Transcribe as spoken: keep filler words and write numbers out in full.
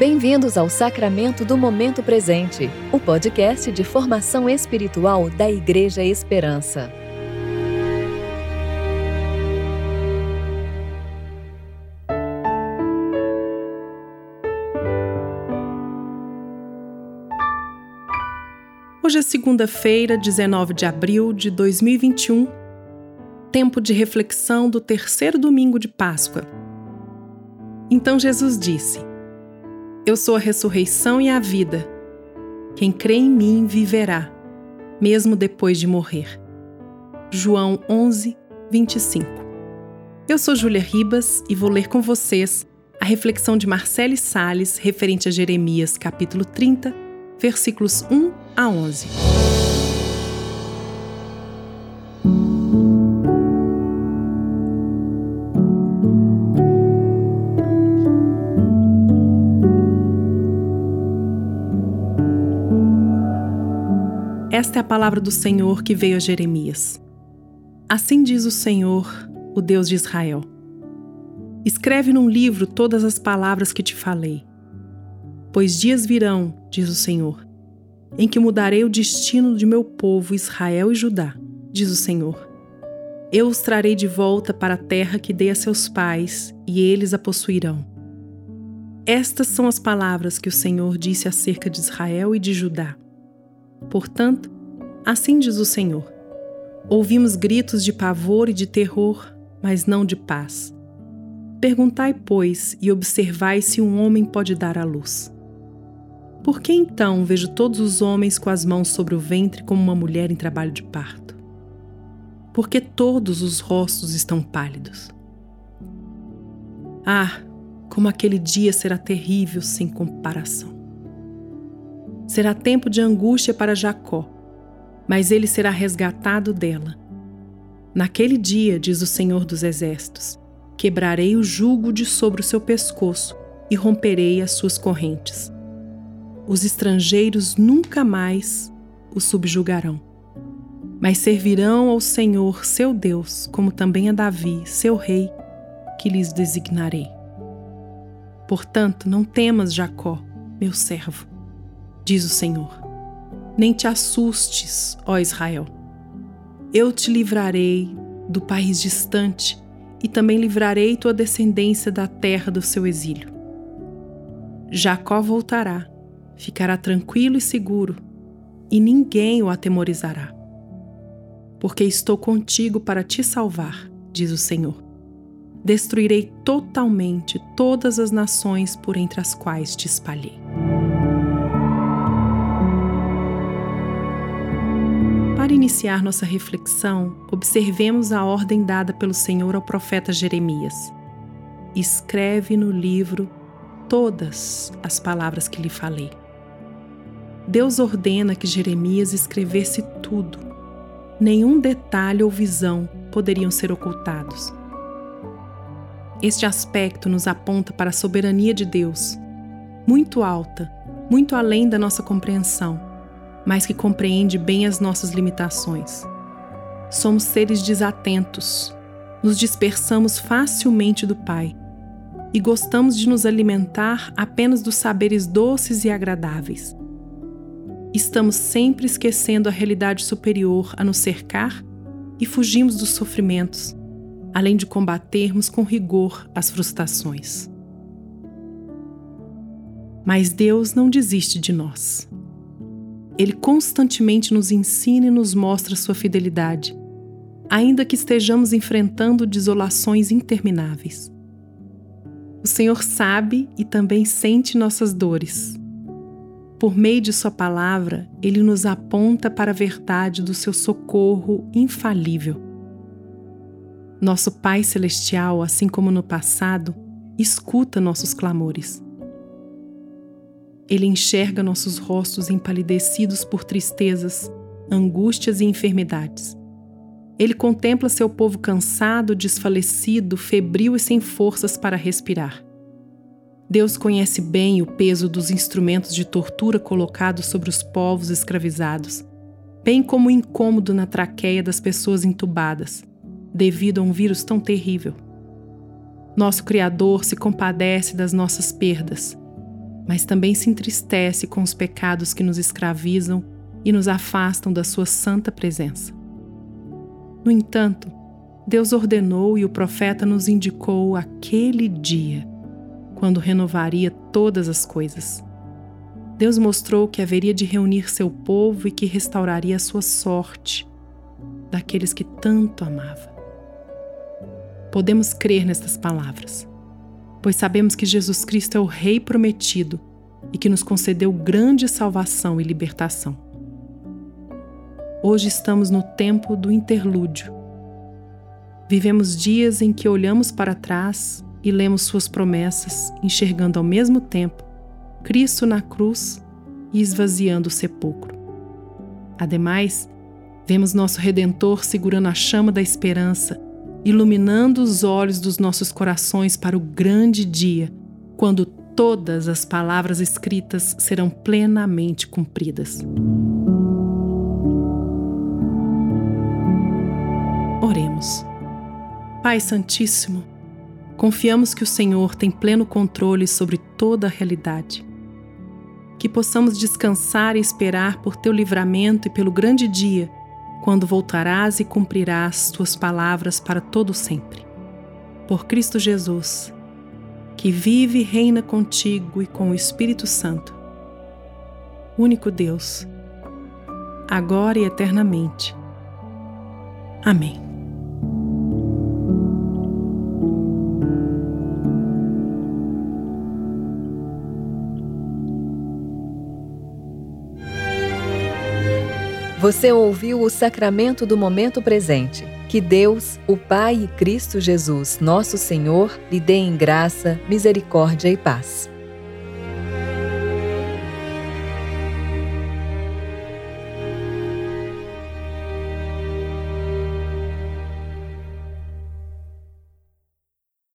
Bem-vindos ao Sacramento do Momento Presente, o podcast de formação espiritual da Igreja Esperança. Hoje é segunda-feira, dezenove de abril de dois mil e vinte e um, tempo de reflexão do terceiro domingo de Páscoa. Então Jesus disse: Eu sou a ressurreição e a vida. Quem crê em mim viverá, mesmo depois de morrer. João onze, vinte e cinco. Eu sou Júlia Ribas e vou ler com vocês a reflexão de Marcele Salles referente a Jeremias, capítulo trinta, versículos um a onze. Esta é a palavra do Senhor que veio a Jeremias. Assim diz o Senhor, o Deus de Israel: Escreve num livro todas as palavras que te falei. Pois dias virão, diz o Senhor, em que mudarei o destino de meu povo Israel e Judá, diz o Senhor. Eu os trarei de volta para a terra que dei a seus pais, e eles a possuirão. Estas são as palavras que o Senhor disse acerca de Israel e de Judá. Portanto, assim diz o Senhor: Ouvimos gritos de pavor e de terror, mas não de paz. Perguntai, pois, e observai se um homem pode dar à luz. Por que então vejo todos os homens com as mãos sobre o ventre como uma mulher em trabalho de parto? Porque todos os rostos estão pálidos. Ah, como aquele dia será terrível sem comparação! Será tempo de angústia para Jacó, mas ele será resgatado dela. Naquele dia, diz o Senhor dos Exércitos, quebrarei o jugo de sobre o seu pescoço e romperei as suas correntes. Os estrangeiros nunca mais o subjugarão, mas servirão ao Senhor, seu Deus, como também a Davi, seu rei, que lhes designarei. Portanto, não temas, Jacó, meu servo, diz o Senhor, nem te assustes, ó Israel. Eu te livrarei do país distante e também livrarei tua descendência da terra do seu exílio. Jacó voltará, ficará tranquilo e seguro, e ninguém o atemorizará. Porque estou contigo para te salvar, diz o Senhor. Destruirei totalmente todas as nações por entre as quais te espalhei. Para iniciar nossa reflexão, observemos a ordem dada pelo Senhor ao profeta Jeremias. Escreve no livro todas as palavras que lhe falei. Deus ordena que Jeremias escrevesse tudo. Nenhum detalhe ou visão poderiam ser ocultados. Este aspecto nos aponta para a soberania de Deus, muito alta, muito além da nossa compreensão, mas que compreende bem as nossas limitações. Somos seres desatentos, nos dispersamos facilmente do Pai e gostamos de nos alimentar apenas dos saberes doces e agradáveis. Estamos sempre esquecendo a realidade superior a nos cercar e fugimos dos sofrimentos, além de combatermos com rigor as frustrações. Mas Deus não desiste de nós. Ele constantemente nos ensina e nos mostra sua fidelidade, ainda que estejamos enfrentando desolações intermináveis. O Senhor sabe e também sente nossas dores. Por meio de sua palavra, Ele nos aponta para a verdade do seu socorro infalível. Nosso Pai Celestial, assim como no passado, escuta nossos clamores. Ele enxerga nossos rostos empalidecidos por tristezas, angústias e enfermidades. Ele contempla seu povo cansado, desfalecido, febril e sem forças para respirar. Deus conhece bem o peso dos instrumentos de tortura colocados sobre os povos escravizados, bem como o incômodo na traqueia das pessoas entubadas, devido a um vírus tão terrível. Nosso Criador se compadece das nossas perdas mas também se entristece com os pecados que nos escravizam e nos afastam da sua santa presença. No entanto, Deus ordenou e o profeta nos indicou aquele dia, quando renovaria todas as coisas. Deus mostrou que haveria de reunir seu povo e que restauraria a sua sorte, daqueles que tanto amava. Podemos crer nestas palavras, pois sabemos que Jesus Cristo é o Rei prometido e que nos concedeu grande salvação e libertação. Hoje estamos no tempo do interlúdio. Vivemos dias em que olhamos para trás e lemos suas promessas, enxergando ao mesmo tempo Cristo na cruz e esvaziando o sepulcro. Ademais, vemos nosso Redentor segurando a chama da esperança, iluminando os olhos dos nossos corações para o grande dia, quando todas as palavras escritas serão plenamente cumpridas. Oremos. Pai Santíssimo, confiamos que o Senhor tem pleno controle sobre toda a realidade. Que possamos descansar e esperar por teu livramento e pelo grande dia, quando voltarás e cumprirás tuas palavras para todo sempre. Por Cristo Jesus, que vive e reina contigo e com o Espírito Santo, único Deus, agora e eternamente. Amém. Você ouviu o Sacramento do Momento Presente. Que Deus, o Pai e Cristo Jesus, nosso Senhor, lhe dê em graça, misericórdia e paz.